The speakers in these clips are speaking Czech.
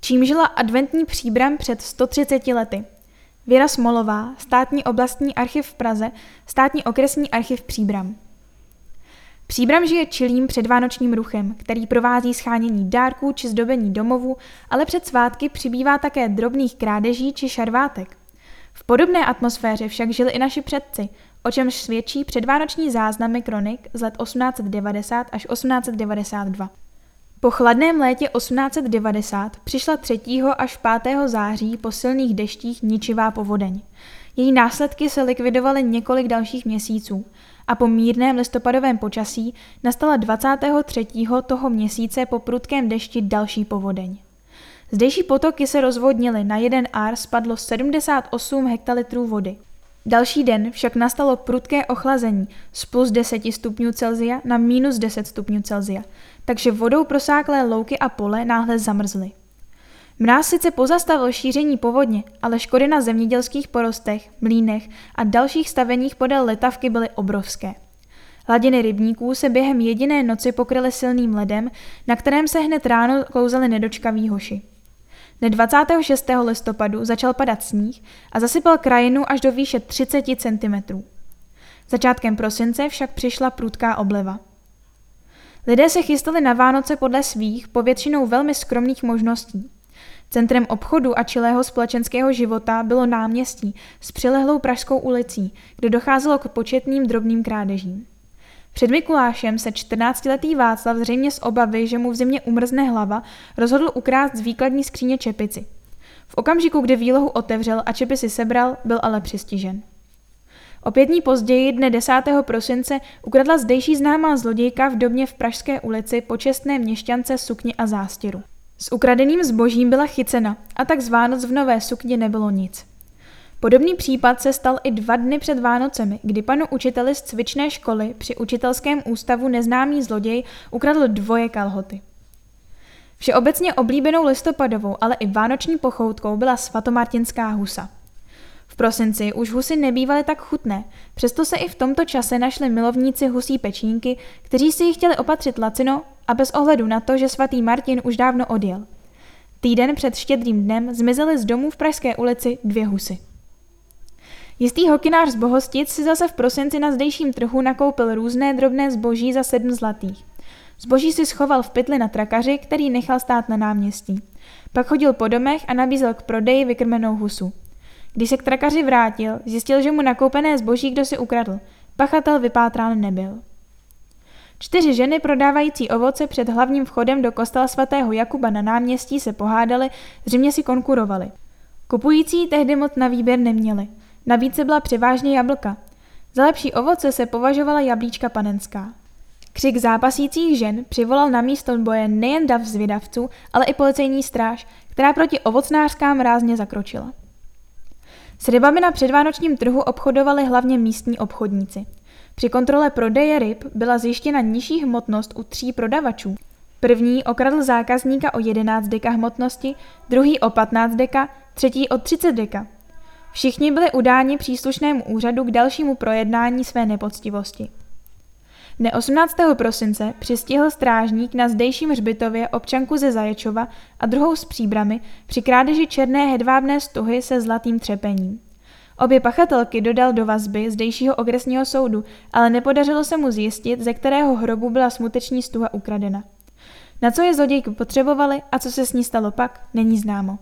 čím žila adventní Příbram před 130 lety. Věra Smolová, Státní oblastní archiv v Praze, Státní okresní archiv Příbram. Příbram žije čilým předvánočním ruchem, který provází shánění dárků či zdobení domovů, ale před svátky přibývá také drobných krádeží či šarvátek. V podobné atmosféře však žili i naši předci, o čemž svědčí předvánoční záznamy kronik z let 1890 až 1892. Po chladném létě 1890 přišla 3. až 5. září po silných deštích ničivá povodeň. Její následky se likvidovaly několik dalších měsíců a po mírném listopadovém počasí nastala 23. toho měsíce po prudkém dešti další povodeň. Zdejší potoky se rozvodnily, na jeden ár spadlo 78 hektalitrů vody. Další den však nastalo prudké ochlazení z plus 10 stupňů Celsia na minus 10 stupňů Celsia, takže vodou prosáklé louky a pole náhle zamrzly. Mráz sice pozastavil šíření povodně, ale škody na zemědělských porostech, mlýnech a dalších staveních podél Letavky byly obrovské. Hladiny rybníků se během jediné noci pokryly silným ledem, na kterém se hned ráno klouzali nedočkaví hoši. Dne 26. listopadu začal padat sníh a zasypal krajinu až do výše 30 cm. Začátkem prosince však přišla prudká obliva. Lidé se chystali na Vánoce podle svých, povětšinou velmi skromných možností. Centrem obchodu a čilého společenského života bylo náměstí s přilehlou Pražskou ulicí, kde docházelo k početným drobným krádežím. Před Mikulášem se 14letý Václav zřejmě z obavy, že mu v zimě umrzne hlava, rozhodl ukrást z výkladní skříně čepici. V okamžiku, kdy výlohu otevřel a čepici sebral, byl ale přistižen. O 5 dní později, dne 10. prosince, ukradla zdejší známá zlodějka v domě v Pražské ulici počestné měšťance sukni a zástěru. S ukradeným zbožím byla chycena a tak z Vánoc v nové sukni nebylo nic. Podobný případ se stal i 2 dny před Vánocemi, kdy panu učiteli z cvičné školy při učitelském ústavu neznámý zloděj ukradl 2 kalhoty. Všeobecně oblíbenou listopadovou, ale i vánoční pochoutkou byla svatomartinská husa. V prosinci už husy nebývaly tak chutné, přesto se i v tomto čase našli milovníci husí pečínky, kteří si ji chtěli opatřit lacino a bez ohledu na to, že svatý Martin už dávno odjel. Týden před Štědrým dnem zmizely z domů v Pražské ulici 2 husy. Jistý hokynář z Bohostic si zase v prosinci na zdejším trhu nakoupil různé drobné zboží za 7 zlatých. Zboží si schoval v pytli na trakaři, který nechal stát na náměstí. Pak chodil po domech a nabízel k prodeji vykrmenou husu. Když se k trakaři vrátil, zjistil, že mu nakoupené zboží kdo si ukradl. Pachatel vypátrán nebyl. 4 ženy prodávající ovoce před hlavním vchodem do kostela svatého Jakuba na náměstí se pohádaly, zřejmě si konkurovaly. Kupující tehdy moc na výběr neměli. Navíc byla převážně jablka. Za lepší ovoce se považovala jablíčka panenská. Křik zápasících žen přivolal na místo boje nejen dav zvědavců, ale i policejní stráž, která proti ovocnářkám rázně zakročila. S rybami na předvánočním trhu obchodovali hlavně místní obchodníci. Při kontrole prodeje ryb byla zjištěna nižší hmotnost u 3 prodavačů. První okradl zákazníka o 11 deka hmotnosti, druhý o 15 deka, třetí o 30 deka. Všichni byli udáni příslušnému úřadu k dalšímu projednání své nepoctivosti. Dne 18. prosince přistihl strážník na zdejším hřbitově občanku ze Zaječova a druhou z Příbramy při krádeži černé hedvábné stuhy se zlatým třepením. Obě pachatelky dodal do vazby zdejšího okresního soudu, ale nepodařilo se mu zjistit, ze kterého hrobu byla smuteční stuha ukradena. Na co je zlodějky potřebovali a co se s ní stalo pak, není známo.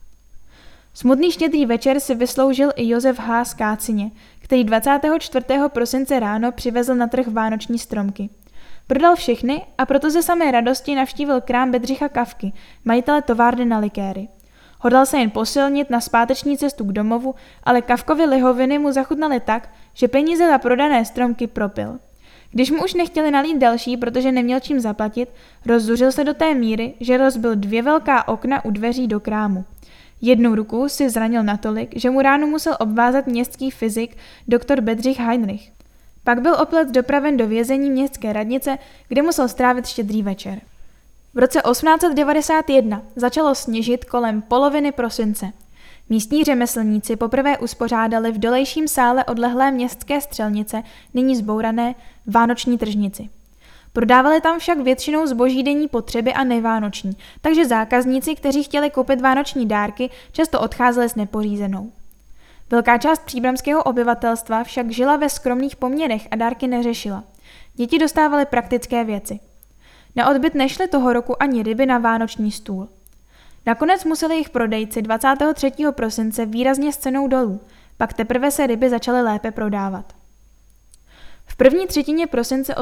Smutný štědrý večer si vysloužil i Josef H. z Kácině, který 24. prosince ráno přivezl na trh vánoční stromky. Prodal všechny a proto ze samé radosti navštívil krám Bedřicha Kafky, majitele továrny na likéry. Hodlal se jen posilnit na zpáteční cestu k domovu, ale Kafkovy lihoviny mu zachutnaly tak, že peníze za prodané stromky propil. Když mu už nechtěli nalít další, protože neměl čím zaplatit, rozzuřil se do té míry, že rozbil 2 velká okna u dveří do krámu. Jednou ruku si zranil natolik, že mu ránu musel obvázat městský fyzik doktor Bedřich Heinrich. Pak byl opět dopraven do vězení městské radnice, kde musel strávit štědrý večer. V roce 1891 začalo sněžit kolem poloviny prosince. Místní řemeslníci poprvé uspořádali v dolejším sále odlehlé městské střelnice, nyní zbourané, vánoční tržnici. Prodávali tam však většinou zboží denní potřeby a nevánoční, takže zákazníci, kteří chtěli koupit vánoční dárky, často odcházeli s nepořízenou. Velká část příbramského obyvatelstva však žila ve skromných poměrech a dárky neřešila. Děti dostávaly praktické věci. Na odbyt nešly toho roku ani ryby na vánoční stůl. Nakonec museli jich prodejci 23. prosince výrazně s cenou dolů, pak teprve se ryby začaly lépe prodávat. V první třetině prosince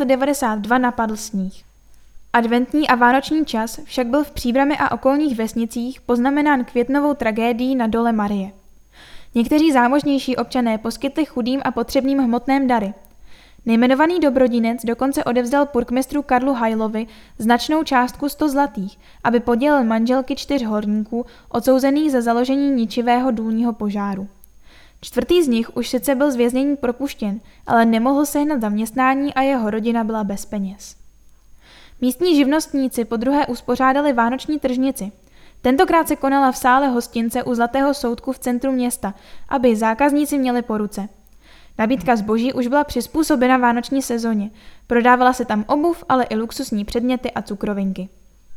1892 napadl sníh. Adventní a vánoční čas však byl v Příbrami a okolních vesnicích poznamenán květnovou tragédií na dole Marie. Někteří zámožnější občané poskytli chudým a potřebným hmotné dary. Nejmenovaný dobrodinec dokonce odevzdal purkmistru Karlu Hajlovi značnou částku 100 zlatých, aby podělil manželky 4 horníků odsouzených za založení ničivého důlního požáru. 4. z nich už sice byl z věznění propuštěn, ale nemohl sehnat zaměstnání a jeho rodina byla bez peněz. Místní živnostníci podruhé uspořádali vánoční tržnici. Tentokrát se konala v sále hostince u Zlatého soudku v centru města, aby zákazníci měli po ruce. Nabídka zboží už byla přizpůsobena vánoční sezóně. Prodávala se tam obuv, ale i luxusní předměty a cukrovinky.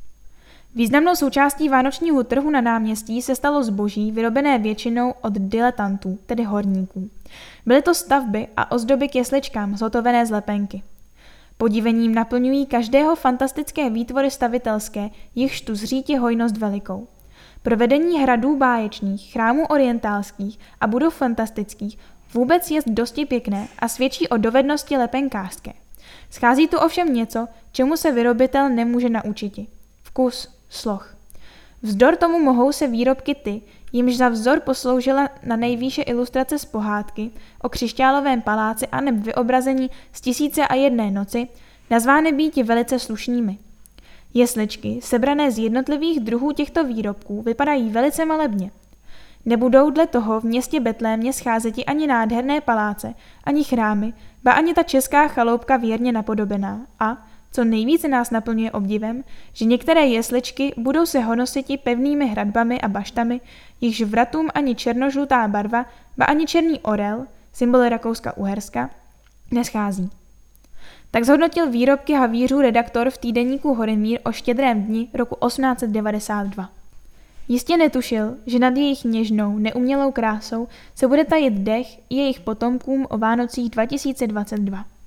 Významnou součástí vánočního trhu na náměstí se stalo zboží vyrobené většinou od diletantů, tedy horníků. Byly to stavby a ozdoby k jesličkám zhotovené z lepenky. Podivením naplňují každého fantastické výtvory stavitelské, jichž tu zřítí hojnost velikou. Provedení hradů báječných, chrámů orientálských a budov fantastických vůbec je dosti pěkné a svědčí o dovednosti lepenkářské. Schází tu ovšem něco, čemu se vyrobitel nemůže naučiti. Vkus, sloh. Vzdor tomu mohou se výrobky ty, jimž za vzor posloužila na nejvýše ilustrace z pohádky o křišťálovém paláci a neb vyobrazení z 1001 noci, nazvány býti velice slušnými. Jesličky, sebrané z jednotlivých druhů těchto výrobků, vypadají velice malebně. Nebudou dle toho v městě Betlémě scházeti ani nádherné paláce, ani chrámy, ba ani ta česká chaloupka věrně napodobená a, co nejvíce nás naplňuje obdivem, že některé jesličky budou se honositi pevnými hradbami a baštami, jichž vratům ani černožlutá barva, ba ani černý orel, symbol Rakouska-Uherska, neschází. Tak zhodnotil výrobky havířů redaktor v týdeníku Horimír o Štědrém dni roku 1892. Jistě netušil, že nad jejich něžnou, neumělou krásou se bude tajit dech i jejich potomkům o Vánocích 2022.